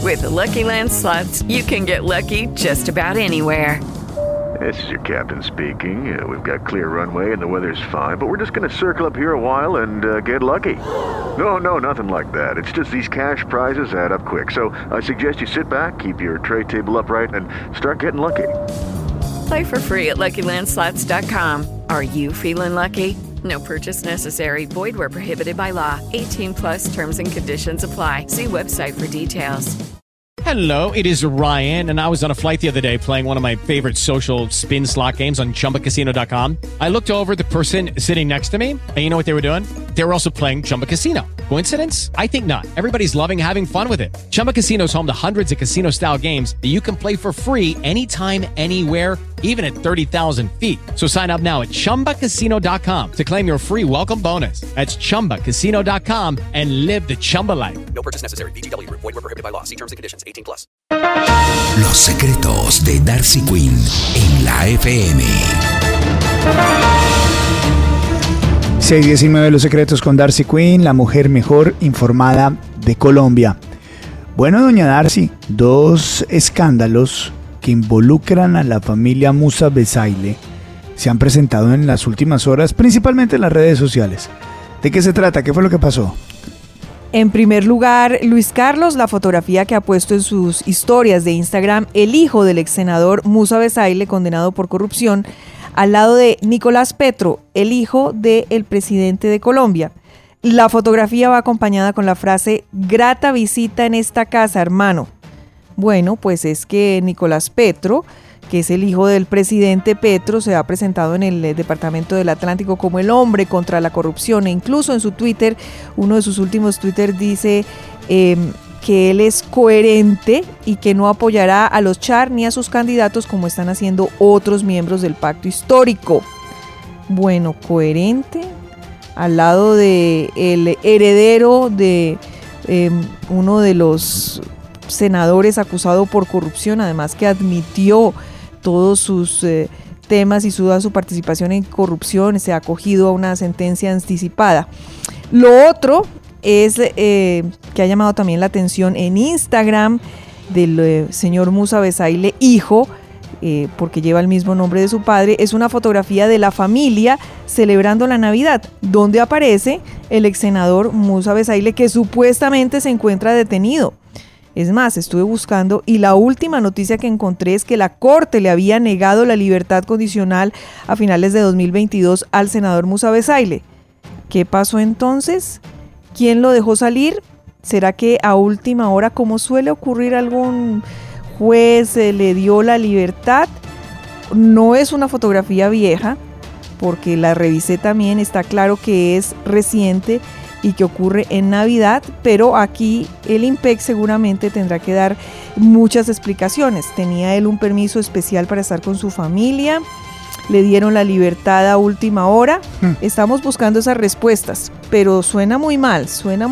With the Lucky Land Slots, you can get lucky just about anywhere. This is your captain speaking. We've got clear runway and the weather's fine, but we're just going to circle up here a while and get lucky. No, nothing like that. It's just these cash prizes add up quick. So I suggest you sit back, keep your tray table upright, and start getting lucky. Play for free at LuckyLandSlots.com. Are you feeling lucky? No purchase necessary. Void where prohibited by law. 18 plus terms and conditions apply. See website for details. Hello, it is Ryan, and I was on a flight the other day playing one of my favorite social spin slot games on ChumbaCasino.com. I looked over at the person sitting next to me, and you know what they were doing? They were also playing Chumba Casino. Coincidence? I think not. Everybody's loving having fun with it. Chumba Casino is home to hundreds of casino-style games that you can play for free anytime, anywhere, even at 30,000 feet. So sign up now at ChumbaCasino.com to claim your free welcome bonus. That's ChumbaCasino.com and live the Chumba life. No purchase necessary. VGW. Void where prohibited by law. See terms and conditions. 18 plus. Los secretos de Darcy Quinn en la FM. 619 Los secretos con Darcy Quinn, la mujer mejor informada de Colombia. Bueno, doña Darcy, 2 escándalos que involucran a la familia Musa Bezaile se han presentado en las últimas horas, principalmente en las redes sociales. ¿De qué se trata? ¿Qué fue lo que pasó? En primer lugar, Luis Carlos, la fotografía que ha puesto en sus historias de Instagram el hijo del ex senador Musa Bezaile, condenado por corrupción, al lado de Nicolás Petro, el hijo del presidente de Colombia. La fotografía va acompañada con la frase "grata visita en esta casa, hermano". Bueno, pues es que Nicolás Petro, que es el hijo del presidente Petro, se ha presentado en el Departamento del Atlántico como el hombre contra la corrupción, e incluso en su Twitter, uno de sus últimos Twitter dice que él es coherente y que no apoyará a los Char ni a sus candidatos como están haciendo otros miembros del pacto histórico. Bueno, coherente al lado de el heredero de uno de los senadores acusado por corrupción, además que admitió todos sus temas y toda su participación en corrupción, se ha acogido a una sentencia anticipada. Lo otro es que ha llamado también la atención en Instagram del señor Musa Bezaile, hijo, porque lleva el mismo nombre de su padre, es una fotografía de la familia celebrando la Navidad, donde aparece el ex senador Musa Bezaile, que supuestamente se encuentra detenido. Es más, estuve buscando y la última noticia que encontré es que la Corte le había negado la libertad condicional a finales de 2022 al senador Musa Bezaile. ¿Qué pasó entonces? ¿Quién lo dejó salir? ¿Será que a última hora, como suele ocurrir, algún juez le dio la libertad? No es una fotografía vieja, porque la revisé también, está claro que es reciente y que ocurre en Navidad, pero aquí el IMPEC seguramente tendrá que dar muchas explicaciones. Tenía él un permiso especial para estar con su familia, le dieron la libertad a última hora. Estamos buscando esas respuestas, pero suena muy mal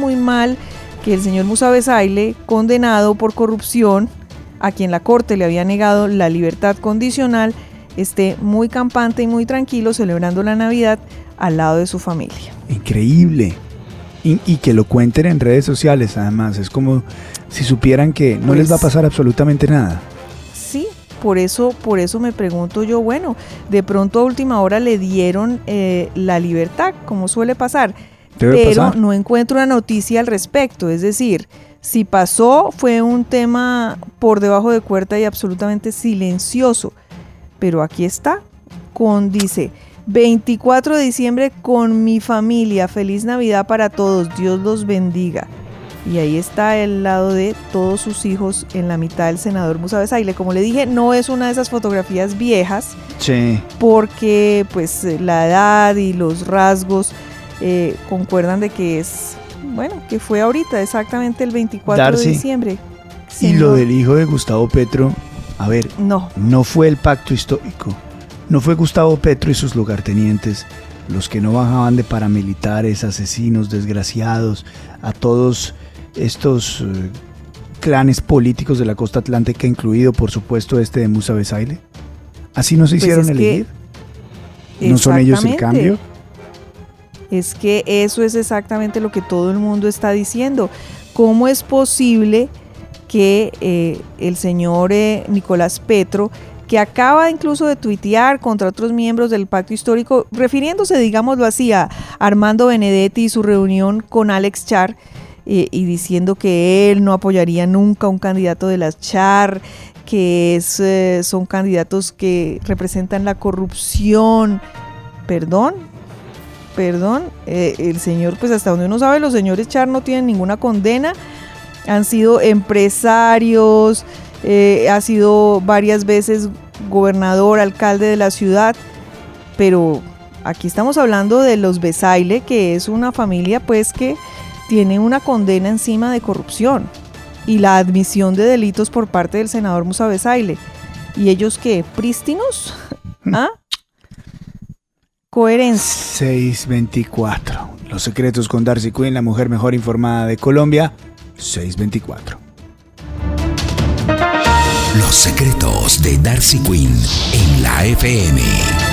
que el señor Musa Bezaile, condenado por corrupción, a quien la Corte le había negado la libertad condicional, esté muy campante y muy tranquilo celebrando la Navidad al lado de su familia. Increíble. Y que lo cuenten en redes sociales, además. Es como si supieran que no les va a pasar absolutamente nada. Sí, por eso me pregunto yo, bueno, de pronto a última hora le dieron la libertad, como suele pasar. Pero no encuentro una noticia al respecto. Es decir, si pasó, fue un tema por debajo de cuerda y absolutamente silencioso. Pero aquí está, dice: 24 de diciembre con mi familia, feliz Navidad para todos, Dios los bendiga. Y ahí está el lado de todos sus hijos, en la mitad del senador Musa Bezaile. Como le dije, no es una de esas fotografías viejas, sí, porque pues la edad y los rasgos concuerdan de que es, bueno, que fue ahorita, exactamente el 24 Darcy, de diciembre. Y lo del hijo de Gustavo Petro, a ver, no fue el pacto histórico. No fue Gustavo Petro y sus lugartenientes los que no bajaban de paramilitares, asesinos, desgraciados, a todos estos clanes políticos de la costa atlántica, incluido por supuesto este de Musa Bezaile. ¿Así no se hicieron elegir? ¿No son ellos el cambio? Es que eso es exactamente lo que todo el mundo está diciendo. ¿Cómo es posible que el señor Nicolás Petro, que acaba incluso de tuitear contra otros miembros del pacto histórico, refiriéndose, digámoslo así, a Armando Benedetti y su reunión con Alex Char, y diciendo que él no apoyaría nunca a un candidato de las Char, que son candidatos que representan la corrupción. Perdón, el señor, pues hasta donde uno sabe, los señores Char no tienen ninguna condena, han sido empresarios, ha sido varias veces gobernador, alcalde de la ciudad, pero aquí estamos hablando de los Besaile, que es una familia pues que tiene una condena encima de corrupción y la admisión de delitos por parte del senador Musa Besaile. ¿Y ellos qué? ¿Prístinos? ¿Ah? Coherencia. 624. Los secretos con Darcy Quinn, la mujer mejor informada de Colombia. 624. Los secretos de Darcy Quinn en la FM.